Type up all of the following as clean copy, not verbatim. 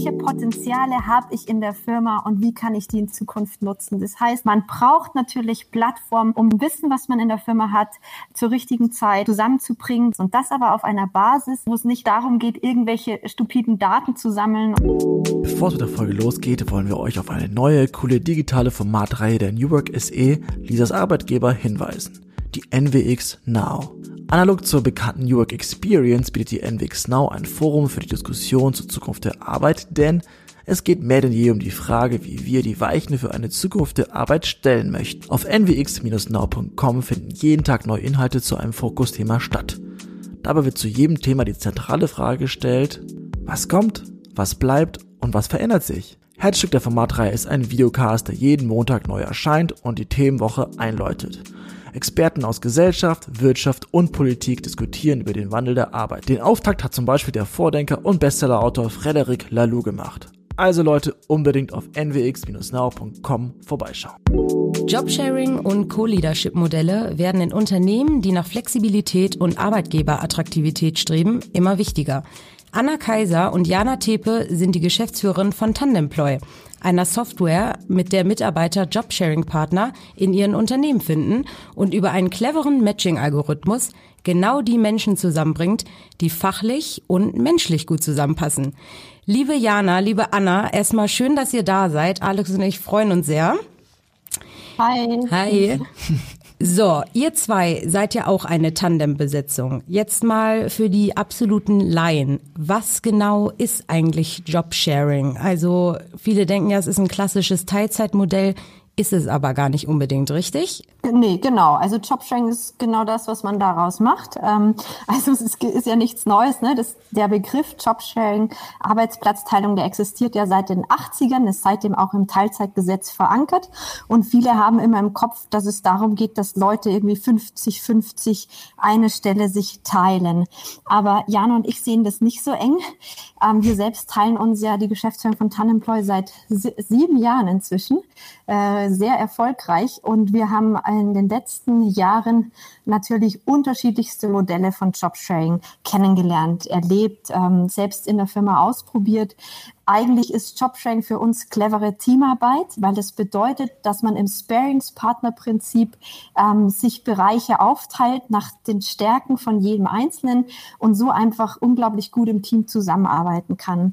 welche Potenziale habe ich in der Firma und wie kann ich die in Zukunft nutzen. Das heißt, man braucht natürlich Plattformen, um Wissen, was man in der Firma hat, zur richtigen Zeit zusammenzubringen und das aber auf einer Basis, wo es nicht darum geht, irgendwelche stupiden Daten zu sammeln. Bevor es mit der Folge losgeht, wollen wir euch auf eine neue, coole digitale Formatreihe der New Work SE, Lisas Arbeitgeber, hinweisen. Die NWX Now. Analog zur bekannten New Work Experience bietet die NWX Now ein Forum für die Diskussion zur Zukunft der Arbeit, denn es geht mehr denn je um die Frage, wie wir die Weichen für eine Zukunft der Arbeit stellen möchten. Auf nwx-now.com finden jeden Tag neue Inhalte zu einem Fokusthema statt. Dabei wird zu jedem Thema die zentrale Frage gestellt: Was kommt, was bleibt und was verändert sich? Herzstück der Formatreihe ist ein Videocast, der jeden Montag neu erscheint und die Themenwoche einläutet. Experten aus Gesellschaft, Wirtschaft und Politik diskutieren über den Wandel der Arbeit. Den Auftakt hat zum Beispiel der Vordenker und Bestsellerautor Frédéric Laloux gemacht. Also Leute, unbedingt auf nwx-now.com vorbeischauen. Jobsharing und Co-Leadership-Modelle werden in Unternehmen, die nach Flexibilität und Arbeitgeberattraktivität streben, immer wichtiger. Anna Kaiser und Jana Tepe sind die Geschäftsführerin von Tandemploy, einer Software, mit der Mitarbeiter Jobsharing-Partner in ihren Unternehmen finden und über einen cleveren Matching-Algorithmus genau die Menschen zusammenbringt, die fachlich und menschlich gut zusammenpassen. Liebe Jana, liebe Anna, erstmal schön, dass ihr da seid. Alex und ich freuen uns sehr. Hi. Hi. So, ihr zwei seid ja auch eine Tandembesetzung. Jetzt mal für die absoluten Laien. Was genau ist eigentlich Jobsharing? Also viele denken ja, es ist ein klassisches Teilzeitmodell, ist es aber gar nicht unbedingt, richtig? Nee, genau. Also Jobsharing ist genau das, was man daraus macht. Also es ist ja nichts Neues, ne? Der Begriff Jobsharing, Arbeitsplatzteilung, der existiert ja seit den 80ern, ist seitdem auch im Teilzeitgesetz verankert. Und viele haben immer im Kopf, dass es darum geht, dass Leute irgendwie 50-50 eine Stelle sich teilen. Aber Jana und ich sehen das nicht so eng. Wir selbst teilen uns ja die Geschäftsführung von Tandemploy seit 7 Jahren inzwischen. Sehr erfolgreich, und wir haben in den letzten Jahren natürlich unterschiedlichste Modelle von Jobsharing kennengelernt, erlebt, selbst in der Firma ausprobiert. Eigentlich ist Jobsharing für uns clevere Teamarbeit, weil das bedeutet, dass man im Sparingspartner-Prinzip sich Bereiche aufteilt nach den Stärken von jedem Einzelnen und so einfach unglaublich gut im Team zusammenarbeiten kann.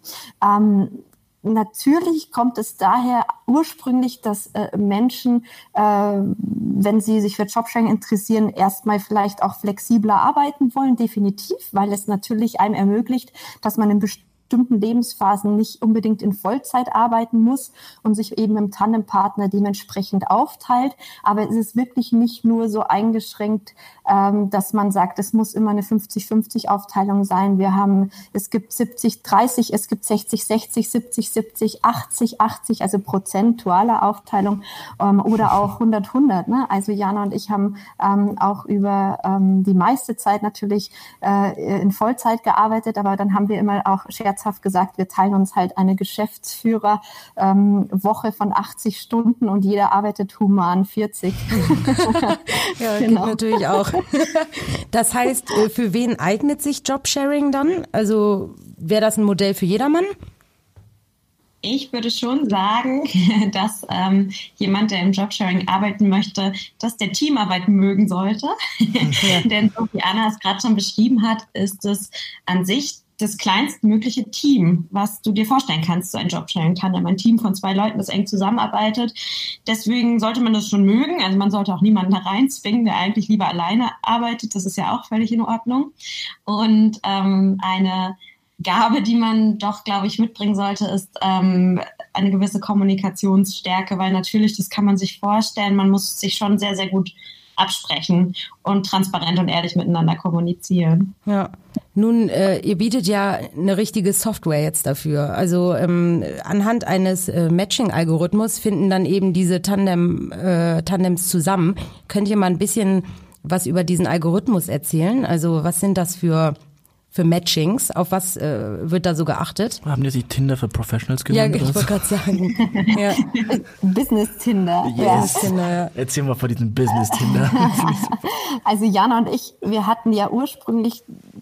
Natürlich kommt es daher ursprünglich, dass Menschen, wenn sie sich für Jobsharing interessieren, erstmal vielleicht auch flexibler arbeiten wollen, definitiv, weil es natürlich einem ermöglicht, dass man in bestimmten Lebensphasen nicht unbedingt in Vollzeit arbeiten muss und sich eben im Tandempartner dementsprechend aufteilt. Aber es ist wirklich nicht nur so eingeschränkt, dass man sagt, es muss immer eine 50-50 Aufteilung sein. Es gibt 70-30, es gibt 60-60, 70-70, 80-80, also prozentuale Aufteilung, oder auch 100-100. Ne? Also Jana und ich haben auch über die meiste Zeit natürlich in Vollzeit gearbeitet, aber dann haben wir immer auch scherzhaft gesagt, wir teilen uns halt eine Geschäftsführer-Woche von 80 Stunden und jeder arbeitet human 40. Ja, genau. Geht natürlich auch. Das heißt, für wen eignet sich Jobsharing dann? Also wäre das ein Modell für jedermann? Ich würde schon sagen, dass jemand, der im Jobsharing arbeiten möchte, dass der Teamarbeit mögen sollte. Ja. Denn so wie Anna es gerade schon beschrieben hat, ist es an sich das kleinstmögliche Team, was du dir vorstellen kannst, so ein Jobsharing-Tandem, ein Team von 2 Leuten, das eng zusammenarbeitet. Deswegen sollte man das schon mögen. Also man sollte auch niemanden da reinzwingen, der eigentlich lieber alleine arbeitet. Das ist ja auch völlig in Ordnung. Und eine Gabe, die man doch, glaube ich, mitbringen sollte, ist eine gewisse Kommunikationsstärke, weil natürlich, das kann man sich vorstellen, man muss sich schon sehr, sehr gut absprechen und transparent und ehrlich miteinander kommunizieren. Ja. Nun, ihr bietet ja eine richtige Software jetzt dafür. Also anhand eines Matching-Algorithmus finden dann eben diese Tandems zusammen. Könnt ihr mal ein bisschen was über diesen Algorithmus erzählen? Also was sind das für Matchings? Auf was wird da so geachtet? Haben die sich Tinder für Professionals genannt? Ja, ich wollte gerade sagen. Ja. Business-Tinder. Yes. Tinder, ja. Erzähl mal von diesem Business-Tinder. Also Jana und ich, wir hatten ja ursprünglich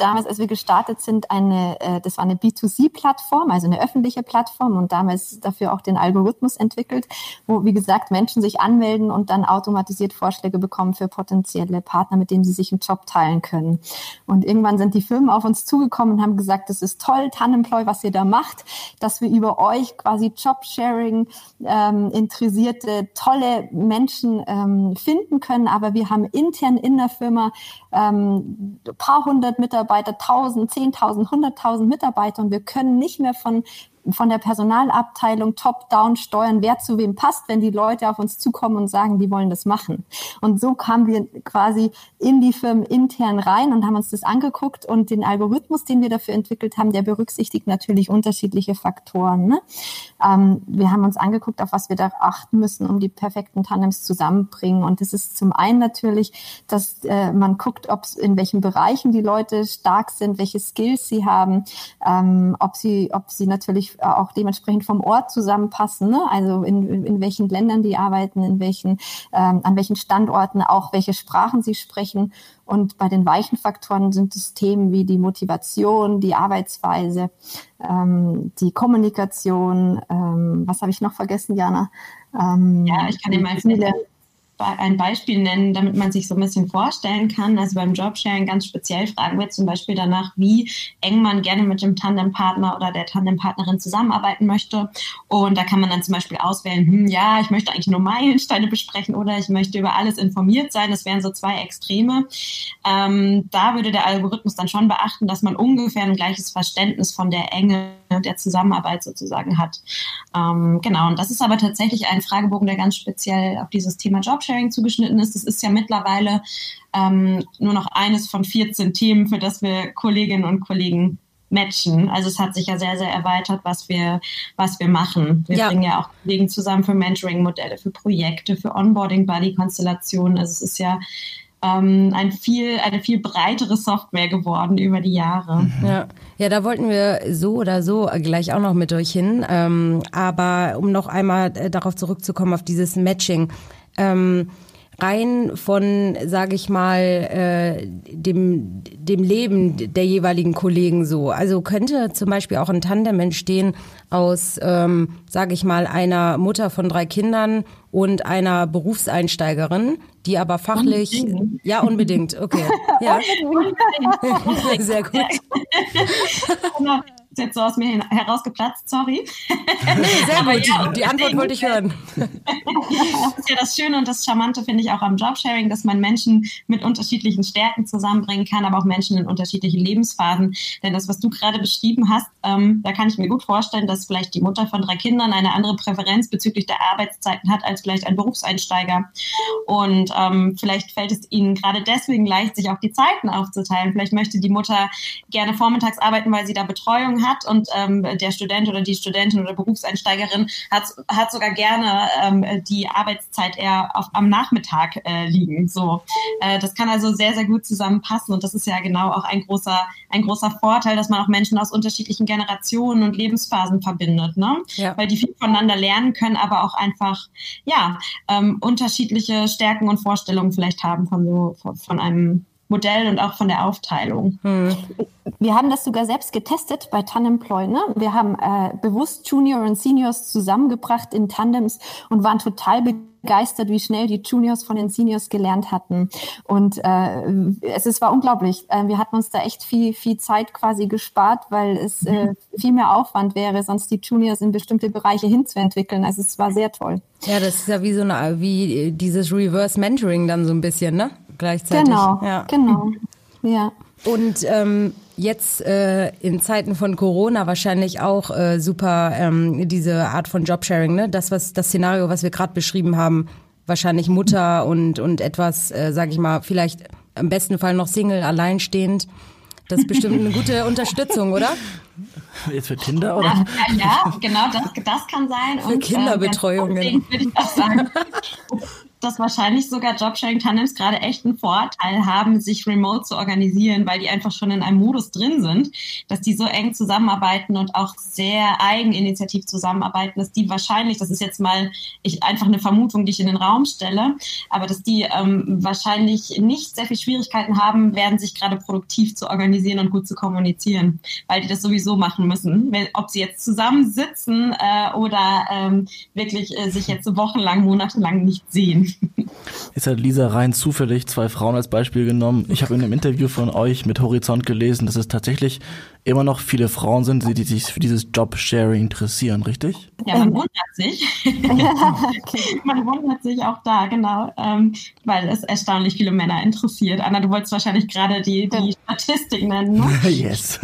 damals, als wir gestartet sind, das war eine B2C-Plattform, also eine öffentliche Plattform und damals dafür auch den Algorithmus entwickelt, wo, wie gesagt, Menschen sich anmelden und dann automatisiert Vorschläge bekommen für potenzielle Partner, mit denen sie sich einen Job teilen können. Und irgendwann sind die Firmen auf uns zugekommen und haben gesagt, das ist toll, Tanemploy, was ihr da macht, dass wir über euch quasi Jobsharing interessierte, tolle Menschen finden können, aber wir haben intern in der Firma ein paar hundert Mitarbeiter, 1000, 10.000, 100.000 Mitarbeiter und wir können nicht mehr von der Personalabteilung top-down steuern, wer zu wem passt, wenn die Leute auf uns zukommen und sagen, die wollen das machen. Und so kamen wir quasi in die Firmen intern rein und haben uns das angeguckt und den Algorithmus, den wir dafür entwickelt haben, der berücksichtigt natürlich unterschiedliche Faktoren. Ne? Wir haben uns angeguckt, auf was wir da achten müssen, um die perfekten Tandems zusammenbringen. Und das ist zum einen natürlich, dass man guckt, in welchen Bereichen die Leute stark sind, welche Skills sie haben, ob sie natürlich auch dementsprechend vom Ort zusammenpassen, ne? Also in welchen Ländern die arbeiten, an welchen Standorten, auch welche Sprachen sie sprechen. Und bei den weichen Faktoren sind es Themen wie die Motivation, die Arbeitsweise, die Kommunikation. Was habe ich noch vergessen, Jana? Ja, ich kann dir mal ein Beispiel nennen, damit man sich so ein bisschen vorstellen kann. Also beim Jobsharing ganz speziell fragen wir zum Beispiel danach, wie eng man gerne mit dem Tandempartner oder der Tandempartnerin zusammenarbeiten möchte. Und da kann man dann zum Beispiel auswählen, ich möchte eigentlich nur Meilensteine besprechen oder ich möchte über alles informiert sein. Das wären so zwei Extreme. Da würde der Algorithmus dann schon beachten, dass man ungefähr ein gleiches Verständnis von der Enge der Zusammenarbeit sozusagen hat. Genau, und das ist aber tatsächlich ein Fragebogen, der ganz speziell auf dieses Thema Jobsharing zugeschnitten ist. Das ist ja mittlerweile nur noch eines von 14 Themen, für das wir Kolleginnen und Kollegen matchen. Also es hat sich ja sehr, sehr erweitert, was wir machen. Wir bringen ja auch Kollegen zusammen für Mentoring-Modelle, für Projekte, für Onboarding-Buddy-Konstellationen. Also es ist ja eine viel breitere Software geworden über die Jahre. Ja, da wollten wir so oder so gleich auch noch mit euch hin. Aber um noch einmal darauf zurückzukommen, auf dieses Matching. Rein von, sage ich mal, dem Leben der jeweiligen Kollegen so. Also könnte zum Beispiel auch ein Tandem entstehen aus, sage ich mal, einer Mutter von 3 Kindern und einer Berufseinsteigerin, die aber fachlich... Unbedingt. Ja, unbedingt, okay. Ja. Sehr gut. Ist jetzt so aus mir herausgeplatzt, sorry. Sehr gut, die Antwort wollte ich hören. Das ist ja das Schöne und das Charmante, finde ich, auch am Jobsharing, dass man Menschen mit unterschiedlichen Stärken zusammenbringen kann, aber auch Menschen in unterschiedlichen Lebensphasen. Denn das, was du gerade beschrieben hast, da kann ich mir gut vorstellen, dass vielleicht die Mutter von 3 Kindern eine andere Präferenz bezüglich der Arbeitszeiten hat als vielleicht ein Berufseinsteiger. Und vielleicht fällt es ihnen gerade deswegen leicht, sich auch die Zeiten aufzuteilen. Vielleicht möchte die Mutter gerne vormittags arbeiten, weil sie da Betreuung hat und der Student oder die Studentin oder Berufseinsteigerin hat sogar gerne die Arbeitszeit eher am Nachmittag liegen. So, das kann also sehr, sehr gut zusammenpassen und das ist ja genau auch ein großer Vorteil, dass man auch Menschen aus unterschiedlichen Generationen und Lebensphasen verbindet, ne? Ja. Weil die viel voneinander lernen können, aber auch einfach unterschiedliche Stärken und Vorstellungen vielleicht haben von einem Modell und auch von der Aufteilung. Wir haben das sogar selbst getestet bei Tanemploy. Ne? Wir haben bewusst Junior und Seniors zusammengebracht in Tandems und waren total begeistert, wie schnell die Juniors von den Seniors gelernt hatten. Und es war unglaublich. Wir hatten uns da echt viel Zeit quasi gespart, weil es viel mehr Aufwand wäre, sonst die Juniors in bestimmte Bereiche hinzuentwickeln. Also es war sehr toll. Ja, das ist ja wie dieses Reverse Mentoring dann so ein bisschen, ne? Gleichzeitig. Genau. Ja. Und jetzt in Zeiten von Corona wahrscheinlich auch super diese Art von Jobsharing, ne? Das Szenario, was wir gerade beschrieben haben, wahrscheinlich Mutter und etwas, sag ich mal, vielleicht im besten Fall noch Single, alleinstehend. Das ist bestimmt eine gute Unterstützung, oder? Jetzt für Kinder, oder? Ja, genau, das kann sein. Für Kinderbetreuung. Würde ich auch sagen. dass wahrscheinlich sogar Jobsharing-Tandems gerade echt einen Vorteil haben, sich remote zu organisieren, weil die einfach schon in einem Modus drin sind, dass die so eng zusammenarbeiten und auch sehr eigeninitiativ zusammenarbeiten, dass die wahrscheinlich, das ist jetzt mal einfach eine Vermutung, die ich in den Raum stelle, aber dass die wahrscheinlich nicht sehr viel Schwierigkeiten haben werden, sich gerade produktiv zu organisieren und gut zu kommunizieren, weil die das sowieso machen müssen. Ob sie jetzt zusammensitzen oder wirklich sich jetzt wochenlang, monatelang nicht sehen. Jetzt hat Lisa rein zufällig 2 Frauen als Beispiel genommen. Ich habe in einem Interview von euch mit Horizont gelesen, dass es tatsächlich immer noch viele Frauen sind, die sich für dieses Jobsharing interessieren, richtig? Ja, man wundert sich. Man wundert sich auch da, genau, weil es erstaunlich viele Männer interessiert. Anna, du wolltest wahrscheinlich gerade die Statistik nennen, ne? Yes.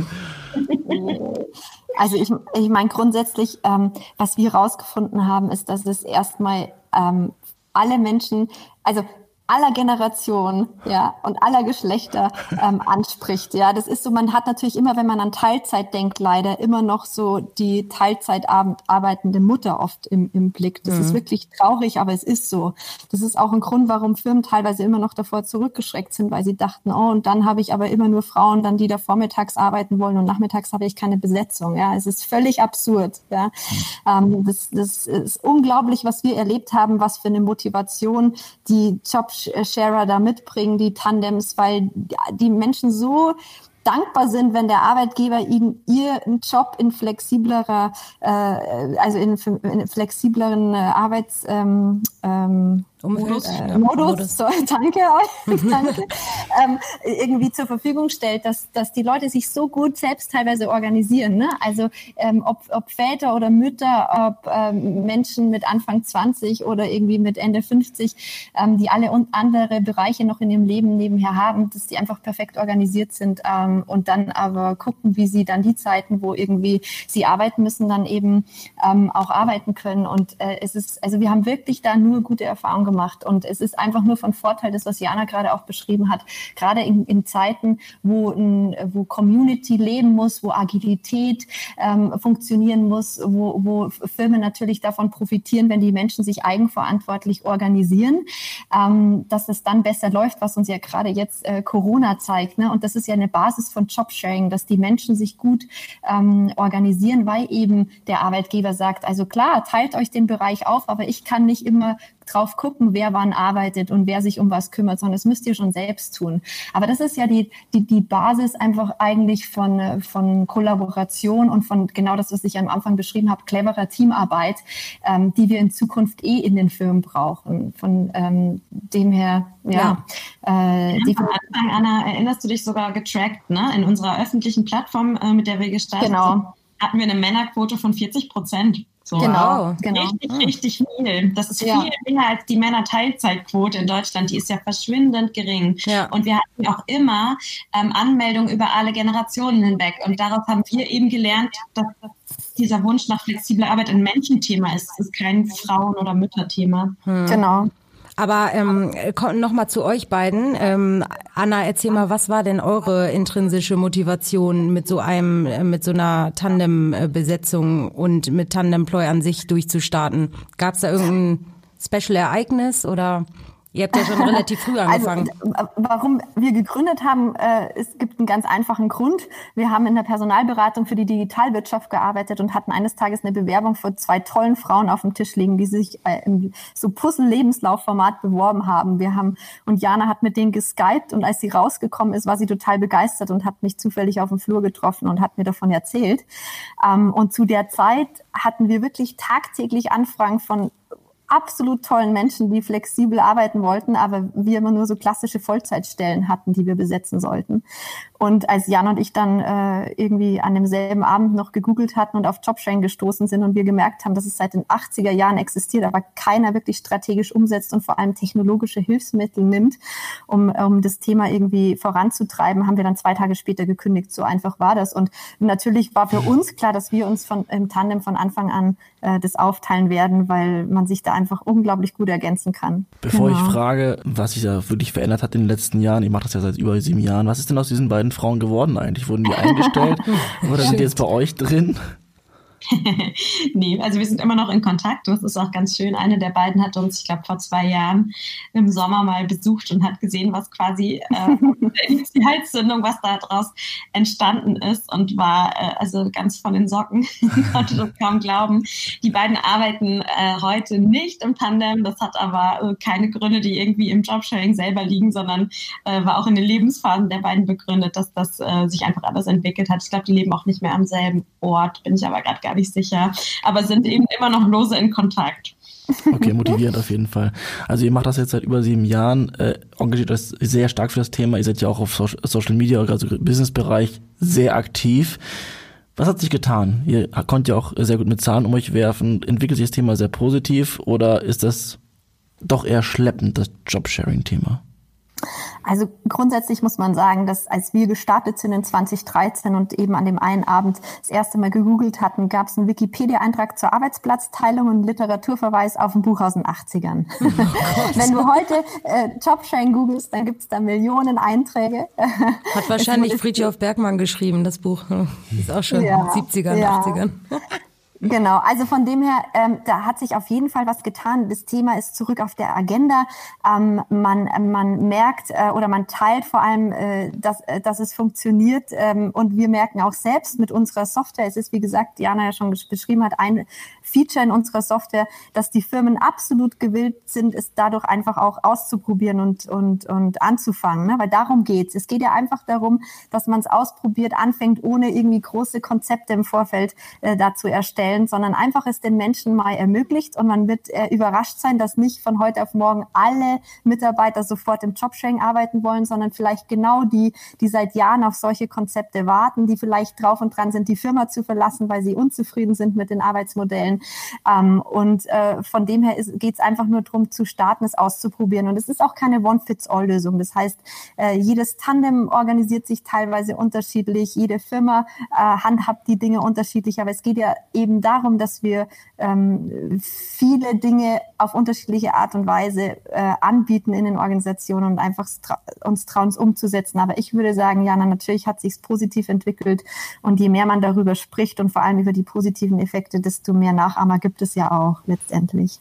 Also ich meine grundsätzlich, was wir herausgefunden haben, ist, dass es erstmal alle Menschen, also aller Generationen, ja, und aller Geschlechter anspricht, ja. Das ist so, man hat natürlich immer, wenn man an Teilzeit denkt, leider immer noch so die Teilzeit arbeitende Mutter oft im Blick. Das ist wirklich traurig, aber es ist so. Das ist auch ein Grund, warum Firmen teilweise immer noch davor zurückgeschreckt sind, weil sie dachten, oh, und dann habe ich aber immer nur Frauen, dann die da vormittags arbeiten wollen und nachmittags habe ich keine Besetzung, ja. Es ist völlig absurd, ja. Das ist unglaublich, was wir erlebt haben, was für eine Motivation die Jobsharer da mitbringen, die Tandems, weil die Menschen so dankbar sind, wenn der Arbeitgeber ihnen ihren Job in flexiblerer, in flexibleren Arbeits Modus. So, danke euch, danke, irgendwie zur Verfügung stellt, dass die Leute sich so gut selbst teilweise organisieren, ne? Also ob Väter oder Mütter, ob Menschen mit Anfang 20 oder irgendwie mit Ende 50, die alle und andere Bereiche noch in ihrem Leben nebenher haben, dass die einfach perfekt organisiert sind und dann aber gucken, wie sie dann die Zeiten, wo irgendwie sie arbeiten müssen, dann eben auch arbeiten können. Und wir haben wirklich da nur gute Erfahrungen gemacht. Und es ist einfach nur von Vorteil, das, was Jana gerade auch beschrieben hat, gerade in Zeiten, wo Community leben muss, wo Agilität funktionieren muss, wo Firmen natürlich davon profitieren, wenn die Menschen sich eigenverantwortlich organisieren, dass es dann besser läuft, was uns ja gerade jetzt Corona zeigt. Ne? Und das ist ja eine Basis von Jobsharing, dass die Menschen sich gut organisieren, weil eben der Arbeitgeber sagt, also klar, teilt euch den Bereich auf, aber ich kann nicht immer drauf gucken, wer wann arbeitet und wer sich um was kümmert, sondern das müsst ihr schon selbst tun. Aber das ist ja die Basis einfach eigentlich von Kollaboration und von genau das, was ich am Anfang beschrieben habe, cleverer Teamarbeit, die wir in Zukunft in den Firmen brauchen. Von dem her, ja. Am Anfang, Anna, erinnerst du dich sogar getrackt, ne? In unserer öffentlichen Plattform, mit der wir gestartet sind, hatten wir eine Männerquote von 40%. So, genau. Richtig viel. Das ist viel mehr als die Männer-Teilzeitquote in Deutschland. Die ist ja verschwindend gering. Ja. Und wir hatten auch immer Anmeldungen über alle Generationen hinweg. Und daraus haben wir eben gelernt, dass dieser Wunsch nach flexibler Arbeit ein Menschenthema ist. Es ist kein Frauen- oder Mütterthema. Genau. Aber nochmal zu euch beiden. Anna, erzähl mal, was war denn eure intrinsische Motivation, mit so einer Tandem-Besetzung und mit Tandemploy an sich durchzustarten? Gab es da irgendein Special-Ereignis oder? Ihr habt ja schon relativ früh angefangen. Also, warum wir gegründet haben, es gibt einen ganz einfachen Grund. Wir haben in der Personalberatung für die Digitalwirtschaft gearbeitet und hatten eines Tages eine Bewerbung von 2 tollen Frauen auf dem Tisch liegen, die sich im so Puzzle-Lebenslaufformat beworben haben. Und Jana hat mit denen geskypt und als sie rausgekommen ist, war sie total begeistert und hat mich zufällig auf dem Flur getroffen und hat mir davon erzählt. Und zu der Zeit hatten wir wirklich tagtäglich Anfragen von absolut tollen Menschen, die flexibel arbeiten wollten, aber wir immer nur so klassische Vollzeitstellen hatten, die wir besetzen sollten. Und als Jan und ich dann irgendwie an demselben Abend noch gegoogelt hatten und auf Jobsharing gestoßen sind und wir gemerkt haben, dass es seit den 80er Jahren existiert, aber keiner wirklich strategisch umsetzt und vor allem technologische Hilfsmittel nimmt, um das Thema irgendwie voranzutreiben, haben wir dann 2 Tage später gekündigt. So einfach war das. Und natürlich war für uns klar, dass wir uns im Tandem von Anfang an das aufteilen werden, weil man sich da einfach unglaublich gut ergänzen kann. Bevor ich frage, was sich da wirklich verändert hat in den letzten Jahren, ich mache das ja seit über 7 Jahren, was ist denn aus diesen beiden Frauen geworden eigentlich? Wurden die eingestellt oder sind die jetzt bei euch drin? Nee, also wir sind immer noch in Kontakt. Das ist auch ganz schön. Eine der beiden hat uns, ich glaube, vor 2 Jahren im Sommer mal besucht und hat gesehen, was quasi der Initialzündung, was da draus entstanden ist, und war also ganz von den Socken, konnte das kaum glauben. Die beiden arbeiten heute nicht im Tandem. Das hat aber keine Gründe, die irgendwie im Jobsharing selber liegen, sondern war auch in den Lebensphasen der beiden begründet, dass das sich einfach anders entwickelt hat. Ich glaube, die leben auch nicht mehr am selben Ort, bin ich aber gerade gar nicht sicher, aber sind eben immer noch lose in Kontakt. Okay, motivierend auf jeden Fall. Also ihr macht das jetzt seit über 7 Jahren, engagiert euch sehr stark für das Thema. Ihr seid ja auch auf Social Media, also im Business-Bereich, sehr aktiv. Was hat sich getan? Ihr konnt ja auch sehr gut mit Zahlen um euch werfen. Entwickelt sich das Thema sehr positiv oder ist das doch eher schleppend, das Jobsharing-Thema? Also grundsätzlich muss man sagen, dass als wir gestartet sind in 2013 und eben an dem einen Abend das erste Mal gegoogelt hatten, gab es einen Wikipedia-Eintrag zur Arbeitsplatzteilung und einen Literaturverweis auf ein Buch aus den 80ern. Oh Wenn du heute Jobsharing googelst, dann gibt es da Millionen Einträge. Hat wahrscheinlich Fridtjof Bergmann geschrieben, das Buch. Ist auch schon 70ern, 80ern. Genau, also von dem her, da hat sich auf jeden Fall was getan. Das Thema ist zurück auf der Agenda. Man merkt oder man teilt vor allem, dass es funktioniert. Und wir merken auch selbst mit unserer Software, es ist, wie gesagt, Jana ja schon beschrieben hat, ein Feature in unserer Software, dass die Firmen absolut gewillt sind, es dadurch einfach auch auszuprobieren und anzufangen. Ne? Weil darum geht's. Es geht ja einfach darum, dass man es ausprobiert, anfängt, ohne irgendwie große Konzepte im Vorfeld dazu erstellen, sondern einfach es den Menschen mal ermöglicht, und man wird überrascht sein, dass nicht von heute auf morgen alle Mitarbeiter sofort im Jobsharing arbeiten wollen, sondern vielleicht genau die seit Jahren auf solche Konzepte warten, die vielleicht drauf und dran sind, die Firma zu verlassen, weil sie unzufrieden sind mit den Arbeitsmodellen. Von dem her geht es einfach nur darum, zu starten, es auszuprobieren. Und es ist auch keine One-Fits-All-Lösung. Das heißt, jedes Tandem organisiert sich teilweise unterschiedlich, jede Firma handhabt die Dinge unterschiedlich, aber es geht ja eben darum, dass wir viele Dinge auf unterschiedliche Art und Weise anbieten in den Organisationen und einfach uns trauen, es umzusetzen. Aber ich würde sagen, Jana, natürlich hat sich positiv entwickelt, und je mehr man darüber spricht und vor allem über die positiven Effekte, desto mehr Nachahmer gibt es ja auch letztendlich.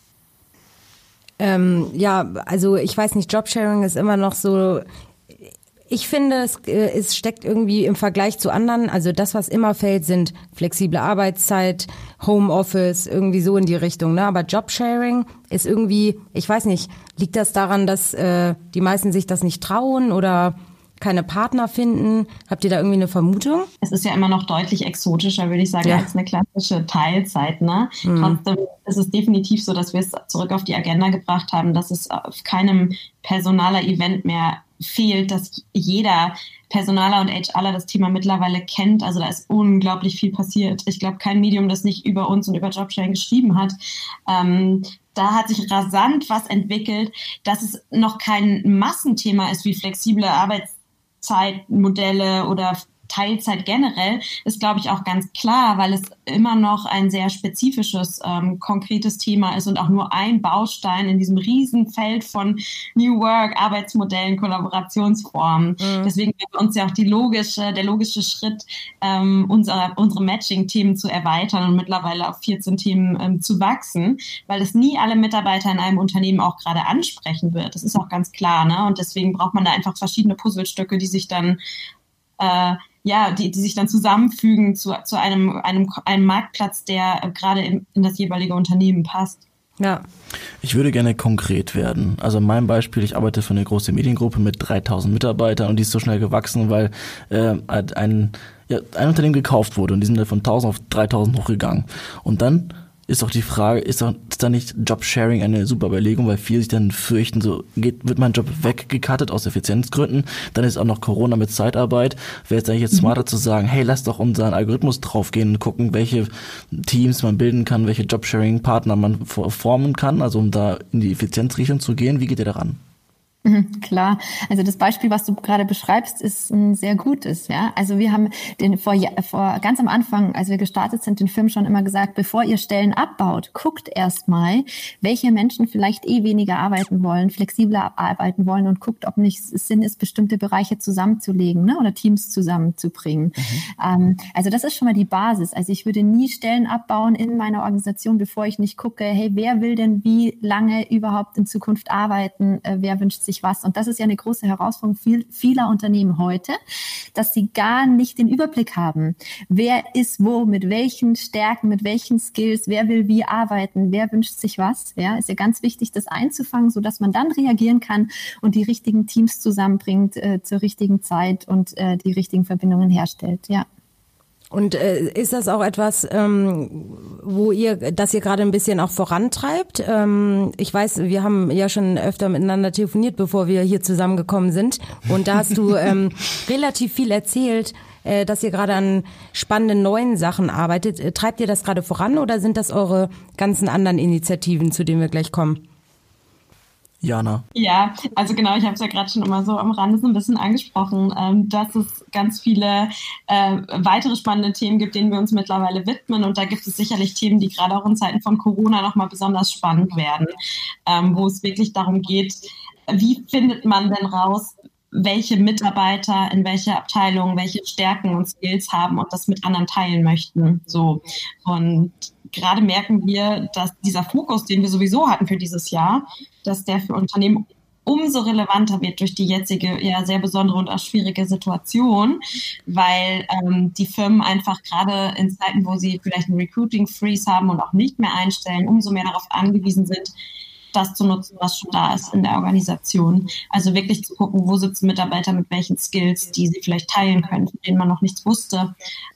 Also ich weiß nicht, Jobsharing ist immer noch so. Ich finde, es steckt irgendwie im Vergleich zu anderen, also das, was immer fällt, sind flexible Arbeitszeit, Homeoffice, irgendwie so in die Richtung, ne? Aber Jobsharing ist irgendwie, ich weiß nicht, liegt das daran, dass die meisten sich das nicht trauen oder keine Partner finden? Habt ihr da irgendwie eine Vermutung? Es ist ja immer noch deutlich exotischer, würde ich sagen, als eine klassische Teilzeit. Ne? Trotzdem ist es definitiv so, dass wir es zurück auf die Agenda gebracht haben, dass es auf keinem Personaler-Event mehr fehlt, dass jeder Personaler und HRler das Thema mittlerweile kennt. Also da ist unglaublich viel passiert. Ich glaube, kein Medium, das nicht über uns und über Jobsharing geschrieben hat. Da hat sich rasant was entwickelt, dass es noch kein Massenthema ist wie flexible Arbeitszeitmodelle oder Teilzeit generell, ist, glaube ich, auch ganz klar, weil es immer noch ein sehr spezifisches, konkretes Thema ist und auch nur ein Baustein in diesem Riesenfeld von New Work, Arbeitsmodellen, Kollaborationsformen. Deswegen wäre für uns ja auch der logische Schritt, unsere Matching-Themen zu erweitern und mittlerweile auf 14 Themen zu wachsen, weil es nie alle Mitarbeiter in einem Unternehmen auch gerade ansprechen wird. Das ist auch ganz klar, ne? Und deswegen braucht man da einfach verschiedene Puzzlestücke, die sich dann die sich dann zusammenfügen zu einem Marktplatz, der gerade in das jeweilige Unternehmen passt. Ja. Ich würde gerne konkret werden. Also in meinem Beispiel, ich arbeite für eine große Mediengruppe mit 3000 Mitarbeitern und die ist so schnell gewachsen, weil ein Unternehmen gekauft wurde und die sind dann von 1000 auf 3000 hochgegangen. Und dann ist doch die Frage, ist da nicht Jobsharing eine super Überlegung, weil viele sich dann fürchten, wird mein Job weggecuttet aus Effizienzgründen, dann ist auch noch Corona mit Zeitarbeit. Wäre es eigentlich jetzt smarter zu sagen, hey, lass doch unseren Algorithmus draufgehen und gucken, welche Teams man bilden kann, welche Jobsharing-Partner man formen kann, also um da in die Effizienzrichtung zu gehen. Wie geht ihr daran? Klar, also das Beispiel, was du gerade beschreibst, ist ein sehr gutes. Ja, also wir haben vor ganz am Anfang, als wir gestartet sind, den Film schon immer gesagt: Bevor ihr Stellen abbaut, guckt erstmal, welche Menschen vielleicht weniger arbeiten wollen, flexibler arbeiten wollen, und guckt, ob nicht es Sinn ist, bestimmte Bereiche zusammenzulegen, ne, oder Teams zusammenzubringen. Also das ist schon mal die Basis. Also ich würde nie Stellen abbauen in meiner Organisation, bevor ich nicht gucke, hey, wer will denn wie lange überhaupt in Zukunft arbeiten? Wer wünscht sich was? Und das ist ja eine große Herausforderung vieler Unternehmen heute, dass sie gar nicht den Überblick haben. Wer ist wo, mit welchen Stärken, mit welchen Skills, wer will wie arbeiten, wer wünscht sich was? Ja, ist ja ganz wichtig, das einzufangen, sodass man dann reagieren kann und die richtigen Teams zusammenbringt zur richtigen Zeit und die richtigen Verbindungen herstellt. Ja. Und ist das auch etwas, das ihr gerade ein bisschen auch vorantreibt? Ich weiß, wir haben ja schon öfter miteinander telefoniert, bevor wir hier zusammengekommen sind. Und da hast du relativ viel erzählt, dass ihr gerade an spannenden neuen Sachen arbeitet. Treibt ihr das gerade voran oder sind das eure ganzen anderen Initiativen, zu denen wir gleich kommen? Jana. Ja, also genau, ich habe es ja gerade schon immer so am Rande so ein bisschen angesprochen, dass es ganz viele weitere spannende Themen gibt, denen wir uns mittlerweile widmen, und da gibt es sicherlich Themen, die gerade auch in Zeiten von Corona nochmal besonders spannend werden, wo es wirklich darum geht, wie findet man denn raus, welche Mitarbeiter in welcher Abteilung welche Stärken und Skills haben und das mit anderen teilen möchten. So. Und gerade merken wir, dass dieser Fokus, den wir sowieso hatten für dieses Jahr, dass der für Unternehmen umso relevanter wird durch die jetzige, ja, sehr besondere und auch schwierige Situation, weil die Firmen einfach gerade in Zeiten, wo sie vielleicht einen Recruiting-Freeze haben und auch nicht mehr einstellen, umso mehr darauf angewiesen sind, das zu nutzen, was schon da ist in der Organisation. Also wirklich zu gucken, wo sitzen Mitarbeiter mit welchen Skills, die sie vielleicht teilen können, von denen man noch nichts wusste.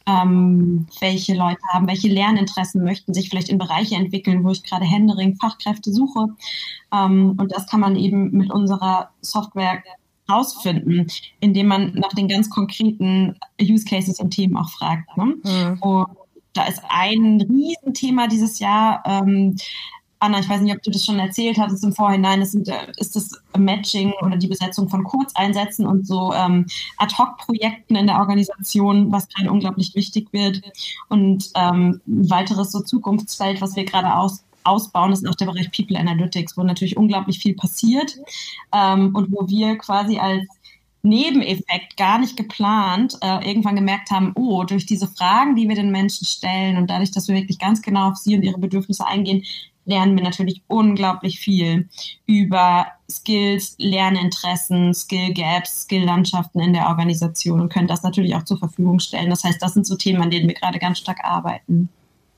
Welche Leute haben, welche Lerninteressen möchten sich vielleicht in Bereiche entwickeln, wo ich gerade händeringend Fachkräfte suche. Und das kann man eben mit unserer Software rausfinden, indem man nach den ganz konkreten Use Cases und Themen auch fragt. Ne? Mhm. Und da ist ein Riesenthema dieses Jahr, Anna, ich weiß nicht, ob du das schon erzählt hattest im Vorhinein, ist das Matching oder die Besetzung von Kurzeinsätzen und so Ad-Hoc-Projekten in der Organisation, was gerade unglaublich wichtig wird. Und ein weiteres so Zukunftsfeld, was wir gerade ausbauen, ist auch der Bereich People Analytics, wo natürlich unglaublich viel passiert und wo wir quasi als Nebeneffekt, gar nicht geplant, irgendwann gemerkt haben, durch diese Fragen, die wir den Menschen stellen und dadurch, dass wir wirklich ganz genau auf sie und ihre Bedürfnisse eingehen, lernen wir natürlich unglaublich viel über Skills, Lerninteressen, Skill-Gaps, Skill-Landschaften in der Organisation und können das natürlich auch zur Verfügung stellen. Das heißt, das sind so Themen, an denen wir gerade ganz stark arbeiten.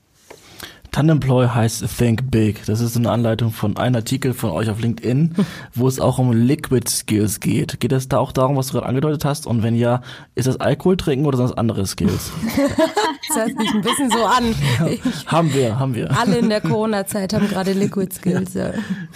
Tandemploy heißt Think Big. Das ist eine Anleitung von einem Artikel von euch auf LinkedIn, wo es auch um Liquid Skills geht. Geht es da auch darum, was du gerade angedeutet hast? Und wenn ja, ist das Alkohol trinken oder sind das andere Skills? Das hört sich ein bisschen so an. Ja, haben wir. Alle in der Corona-Zeit haben gerade Liquid Skills. Ja.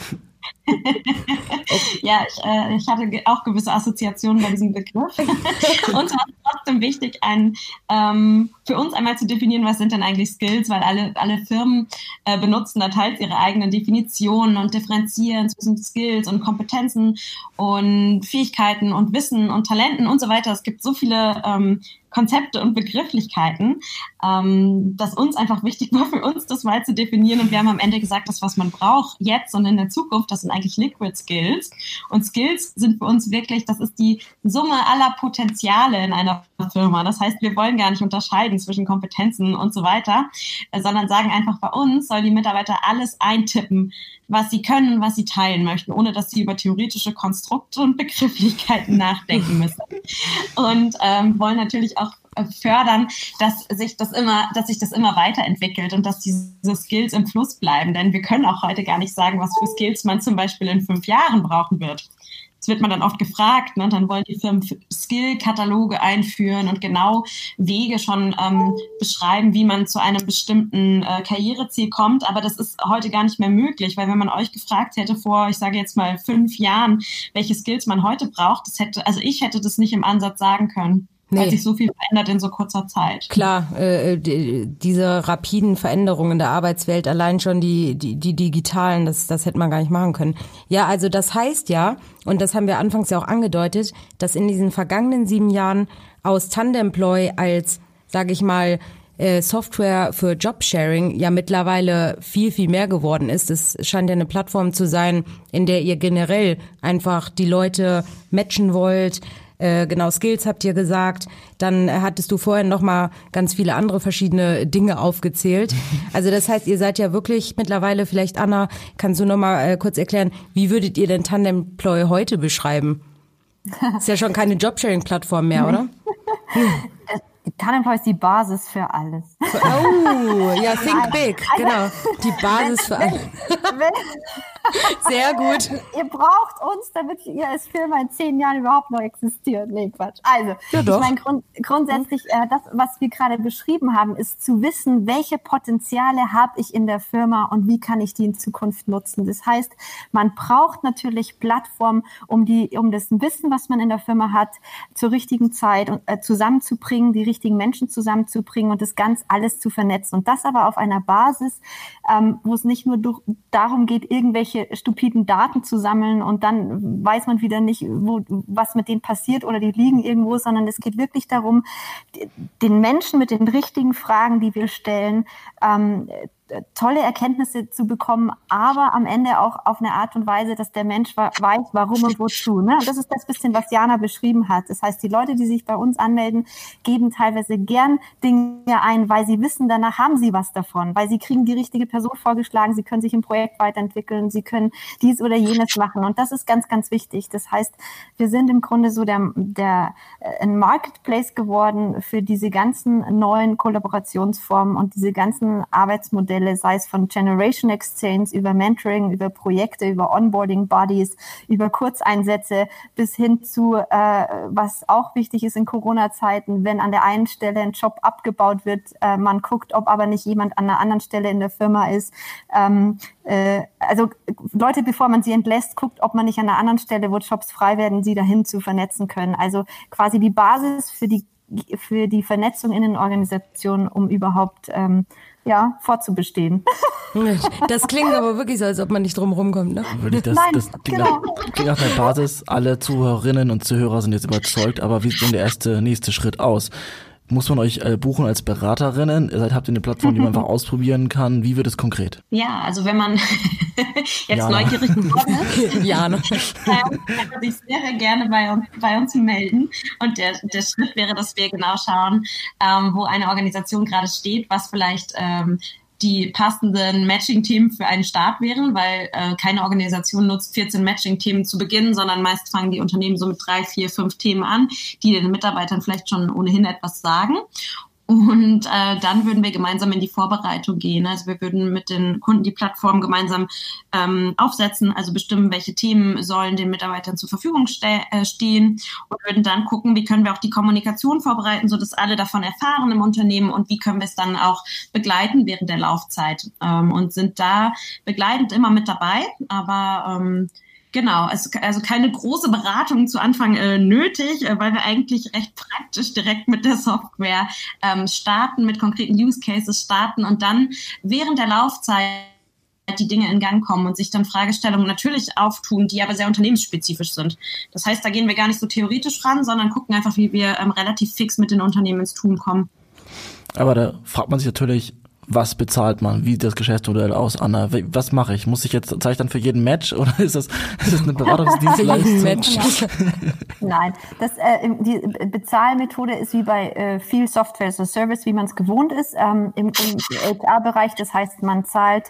Ja, ich hatte auch gewisse Assoziationen bei diesem Begriff. Und es war trotzdem wichtig, für uns einmal zu definieren, was sind denn eigentlich Skills, weil alle Firmen benutzen da teils ihre eigenen Definitionen und differenzieren zwischen Skills und Kompetenzen und Fähigkeiten und Wissen und Talenten und so weiter. Es gibt so viele Konzepte und Begrifflichkeiten, dass uns einfach wichtig war, für uns das mal zu definieren. Und wir haben am Ende gesagt, das, was man braucht jetzt und in der Zukunft, das sind eigentlich Liquid Skills. Und Skills sind für uns wirklich, das ist die Summe aller Potenziale in einer Firma. Das heißt, wir wollen gar nicht unterscheiden zwischen Kompetenzen und so weiter, sondern sagen einfach, bei uns soll die Mitarbeiter alles eintippen, was sie können, was sie teilen möchten, ohne dass sie über theoretische Konstrukte und Begrifflichkeiten nachdenken müssen. Und wollen natürlich auch fördern, dass sich das immer weiterentwickelt und dass diese Skills im Fluss bleiben. Denn wir können auch heute gar nicht sagen, was für Skills man zum Beispiel in 5 Jahren brauchen wird. Das wird man dann oft gefragt, ne? Dann wollen die Firmen Skill-Kataloge einführen und genau Wege schon beschreiben, wie man zu einem bestimmten Karriereziel kommt. Aber das ist heute gar nicht mehr möglich, weil wenn man euch gefragt hätte vor, ich sage jetzt mal 5 Jahren, welche Skills man heute braucht, ich hätte das nicht im Ansatz sagen können. weil sich so viel verändert in so kurzer Zeit. Klar, diese rapiden Veränderungen in der Arbeitswelt, allein schon die digitalen, das hätte man gar nicht machen können. Ja, also das heißt ja, und das haben wir anfangs ja auch angedeutet, dass in diesen vergangenen 7 Jahren aus Tandemploy als, sage ich mal, Software für Jobsharing ja mittlerweile viel, viel mehr geworden ist. Es scheint ja eine Plattform zu sein, in der ihr generell einfach die Leute matchen wollt. Genau, Skills habt ihr gesagt. Dann hattest du vorhin noch mal ganz viele andere verschiedene Dinge aufgezählt. Also das heißt, ihr seid ja wirklich mittlerweile, vielleicht Anna, kannst du noch mal kurz erklären, wie würdet ihr denn Tandemploy heute beschreiben? Ist ja schon keine Jobsharing-Plattform mehr, oder? Tandemploy ist die Basis für alles. Oh, ja, think big, genau. Die Basis für alles. Sehr gut. Ihr braucht uns, damit ihr als Firma in 10 Jahren überhaupt noch existiert. Nee, Quatsch. Also, ja, ich meine, grundsätzlich, das, was wir gerade beschrieben haben, ist zu wissen, welche Potenziale habe ich in der Firma und wie kann ich die in Zukunft nutzen. Das heißt, man braucht natürlich Plattformen, um das Wissen, was man in der Firma hat, zur richtigen Zeit zusammenzubringen, die richtigen Menschen zusammenzubringen und das ganz alles zu vernetzen. Und das aber auf einer Basis, wo es nicht nur darum geht, irgendwelche stupiden Daten zu sammeln und dann weiß man wieder nicht, was mit denen passiert oder die liegen irgendwo, sondern es geht wirklich darum, den Menschen mit den richtigen Fragen, die wir stellen, tolle Erkenntnisse zu bekommen, aber am Ende auch auf eine Art und Weise, dass der Mensch weiß, warum und wozu. Ne? Und das ist das bisschen, was Jana beschrieben hat. Das heißt, die Leute, die sich bei uns anmelden, geben teilweise gern Dinge ein, weil sie wissen, danach haben sie was davon, weil sie kriegen die richtige Person vorgeschlagen, sie können sich im Projekt weiterentwickeln, sie können dies oder jenes machen. Und das ist ganz, ganz wichtig. Das heißt, wir sind im Grunde so ein Marketplace geworden für diese ganzen neuen Kollaborationsformen und diese ganzen Arbeitsmodelle, sei es von Generation Exchange über Mentoring, über Projekte, über Onboarding Bodies, über Kurzeinsätze bis hin zu, was auch wichtig ist in Corona-Zeiten, wenn an der einen Stelle ein Job abgebaut wird, man guckt, ob aber nicht jemand an einer anderen Stelle in der Firma ist. Also Leute, bevor man sie entlässt, guckt, ob man nicht an einer anderen Stelle, wo Jobs frei werden, sie dahin zu vernetzen können. Also quasi die Basis für die Vernetzung in den Organisationen, um überhaupt fortzubestehen. Das klingt aber wirklich so, als ob man nicht drum rumkommt, ne? Das klingt nach der Basis. Alle Zuhörerinnen und Zuhörer sind jetzt überzeugt, aber wie sieht denn der nächste Schritt aus? Muss man euch buchen als Beraterinnen? Habt ihr eine Plattform, die man einfach ausprobieren kann? Wie wird es konkret? Ja, also wenn man jetzt neugierig geworden ist, Jana, kann man sich sehr gerne bei uns melden. Und der Schritt wäre, dass wir genau schauen, wo eine Organisation gerade steht, was vielleicht die passenden Matching-Themen für einen Start wären, weil keine Organisation nutzt 14 Matching-Themen zu Beginn, sondern meist fangen die Unternehmen so mit 3, 4, 5 Themen an, die den Mitarbeitern vielleicht schon ohnehin etwas sagen. Und dann würden wir gemeinsam in die Vorbereitung gehen. Also wir würden mit den Kunden die Plattform gemeinsam aufsetzen, also bestimmen, welche Themen sollen den Mitarbeitern zur Verfügung stehen und würden dann gucken, wie können wir auch die Kommunikation vorbereiten, sodass alle davon erfahren im Unternehmen und wie können wir es dann auch begleiten während der Laufzeit und sind da begleitend immer mit dabei, aber genau, also keine große Beratung zu Anfang nötig, weil wir eigentlich recht praktisch direkt mit der Software starten, mit konkreten Use Cases starten und dann während der Laufzeit die Dinge in Gang kommen und sich dann Fragestellungen natürlich auftun, die aber sehr unternehmensspezifisch sind. Das heißt, da gehen wir gar nicht so theoretisch ran, sondern gucken einfach, wie wir relativ fix mit den Unternehmen ins Tun kommen. Aber da fragt man sich natürlich, was bezahlt man? Wie sieht das Geschäftsmodell aus, Anna? Was mache ich? Muss ich jetzt, zahle ich dann für jeden Match oder ist das eine Beratungsdienstleistung? Match. Nein, die Bezahlmethode ist wie bei viel Software as a Service, wie man es gewohnt ist, im HR-Bereich. Das heißt, man zahlt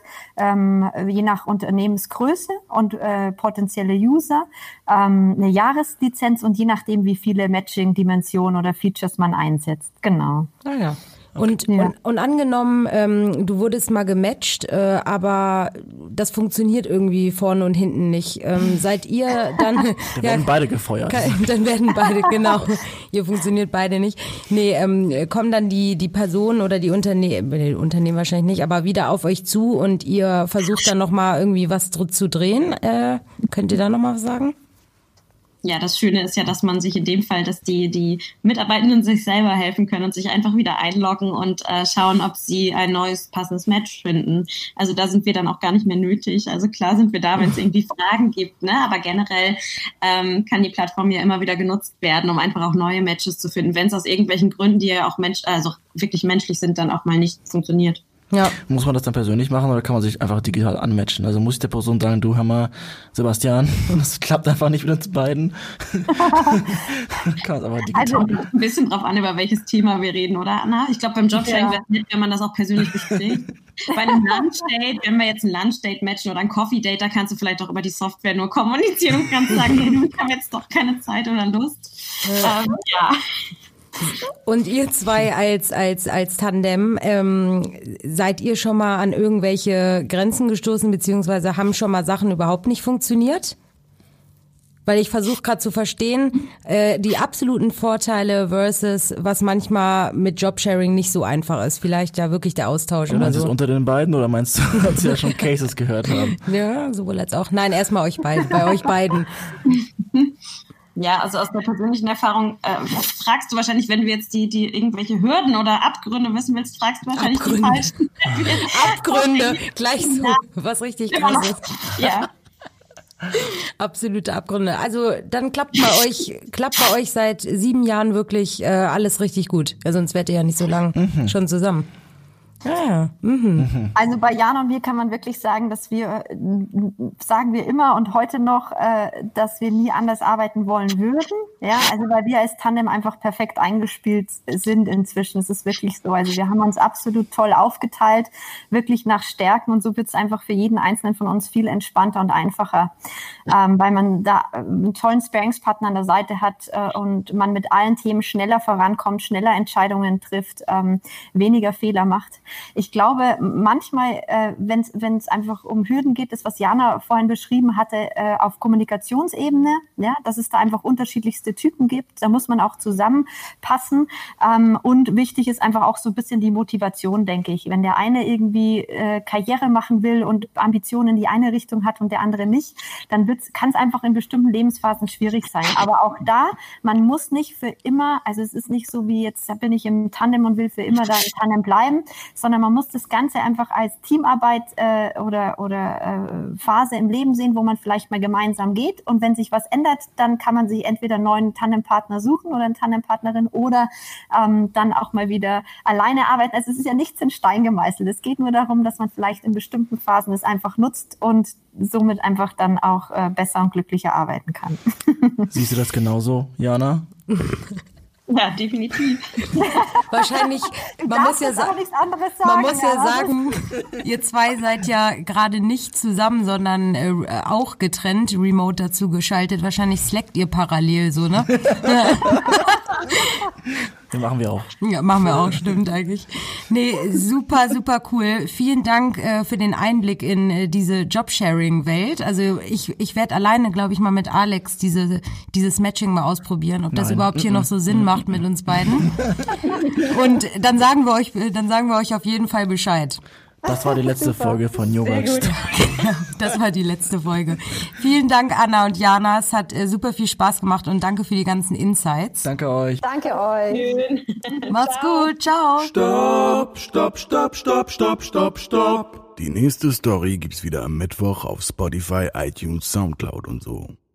je nach Unternehmensgröße und potenzielle User eine Jahreslizenz und je nachdem, wie viele Matching-Dimensionen oder Features man einsetzt. Genau. Ah ja. Okay. Und angenommen, du wurdest mal gematcht, aber das funktioniert irgendwie vorne und hinten nicht. Seid ihr dann... Dann werden beide gefeuert. Dann werden beide, genau. Ihr funktioniert beide nicht. Nee, kommen dann die Personen oder die Unternehmen wahrscheinlich nicht, aber wieder auf euch zu und ihr versucht dann nochmal irgendwie was zu drehen. Könnt ihr da nochmal was sagen? Ja, das Schöne ist ja, dass man sich in dem Fall, dass die Mitarbeitenden sich selber helfen können und sich einfach wieder einloggen und schauen, ob sie ein neues passendes Match finden. Also da sind wir dann auch gar nicht mehr nötig. Also klar sind wir da, wenn es irgendwie Fragen gibt, ne? Aber generell kann die Plattform ja immer wieder genutzt werden, um einfach auch neue Matches zu finden, wenn es aus irgendwelchen Gründen, die ja auch wirklich menschlich sind, dann auch mal nicht funktioniert. Ja. Muss man das dann persönlich machen oder kann man sich einfach digital anmatchen? Also muss ich der Person sagen, du hör mal, Sebastian, das klappt einfach nicht mit uns beiden. Kann man aber digital. Also ein bisschen drauf an, über welches Thema wir reden, oder Anna? Ich glaube, beim Jobsharing wäre es nett, wenn man das auch persönlich bespricht. Bei einem Lunchdate, wenn wir jetzt ein Lunchdate matchen oder ein Coffee-Date, da kannst du vielleicht auch über die Software nur kommunizieren und kannst sagen, hey, du hast jetzt doch keine Zeit oder Lust. Ja. Und ihr zwei als Tandem, seid ihr schon mal an irgendwelche Grenzen gestoßen, beziehungsweise haben schon mal Sachen überhaupt nicht funktioniert? Weil ich versuche gerade zu verstehen, die absoluten Vorteile versus was manchmal mit Jobsharing nicht so einfach ist. Vielleicht ja wirklich der Austausch oder so. Meinst du es unter den beiden oder meinst du, dass sie ja schon Cases gehört haben? Ja, sowohl als auch. Nein, erstmal bei euch beiden. Ja, also aus der persönlichen Erfahrung, fragst du wahrscheinlich, wenn du jetzt die irgendwelche Hürden oder Abgründe wissen willst, fragst du wahrscheinlich die falschen. Abgründe, gleich so, was richtig krass ist. Ja. Absolute Abgründe. Also dann klappt bei euch seit 7 Jahren wirklich alles richtig gut. Ja, sonst wärt ihr ja nicht so lang schon zusammen. Ja. Also bei Jana und mir kann man wirklich sagen, dass sagen wir immer und heute noch, dass wir nie anders arbeiten wollen würden. Ja, also weil wir als Tandem einfach perfekt eingespielt sind inzwischen. Es ist wirklich so. Also wir haben uns absolut toll aufgeteilt, wirklich nach Stärken und so wird es einfach für jeden Einzelnen von uns viel entspannter und einfacher, weil man da einen tollen Sparingspartner an der Seite hat und man mit allen Themen schneller vorankommt, schneller Entscheidungen trifft, weniger Fehler macht. Ich glaube, manchmal, wenn es einfach um Hürden geht, das, was Jana vorhin beschrieben hatte, auf Kommunikationsebene, ja, dass es da einfach unterschiedlichste Typen gibt, da muss man auch zusammenpassen. Und wichtig ist einfach auch so ein bisschen die Motivation, denke ich. Wenn der eine irgendwie Karriere machen will und Ambitionen in die eine Richtung hat und der andere nicht, dann kann es einfach in bestimmten Lebensphasen schwierig sein. Aber auch da, man muss nicht für immer, also es ist nicht so wie jetzt, da bin ich im Tandem und will für immer da im Tandem bleiben, sondern man muss das Ganze einfach als Teamarbeit oder Phase im Leben sehen, wo man vielleicht mal gemeinsam geht. Und wenn sich was ändert, dann kann man sich entweder einen neuen Tandempartner suchen oder eine Tandempartnerin oder dann auch mal wieder alleine arbeiten. Also es ist ja nichts in Stein gemeißelt. Es geht nur darum, dass man vielleicht in bestimmten Phasen es einfach nutzt und somit einfach dann auch besser und glücklicher arbeiten kann. Siehst du das genauso, Jana? Ja, definitiv. Wahrscheinlich, man muss ja sagen, ihr zwei seid ja gerade nicht zusammen, sondern auch getrennt, remote dazu geschaltet. Wahrscheinlich slackt ihr parallel so, ne? Den machen wir auch. Ja, machen wir auch, stimmt eigentlich. Nee, super, super cool. Vielen Dank für den Einblick in diese Jobsharing-Welt. Also ich werde alleine, glaube ich, mal mit Alex dieses Matching mal ausprobieren, ob das überhaupt hier noch so Sinn macht mit uns beiden. Und dann sagen wir euch auf jeden Fall Bescheid. Das war die letzte Folge von New Work Story. Das war die letzte Folge. Vielen Dank, Anna und Jana. Es hat super viel Spaß gemacht und danke für die ganzen Insights. Danke euch. Danke euch. Macht's gut. Ciao. Stopp. Die nächste Story gibt's wieder am Mittwoch auf Spotify, iTunes, Soundcloud und so.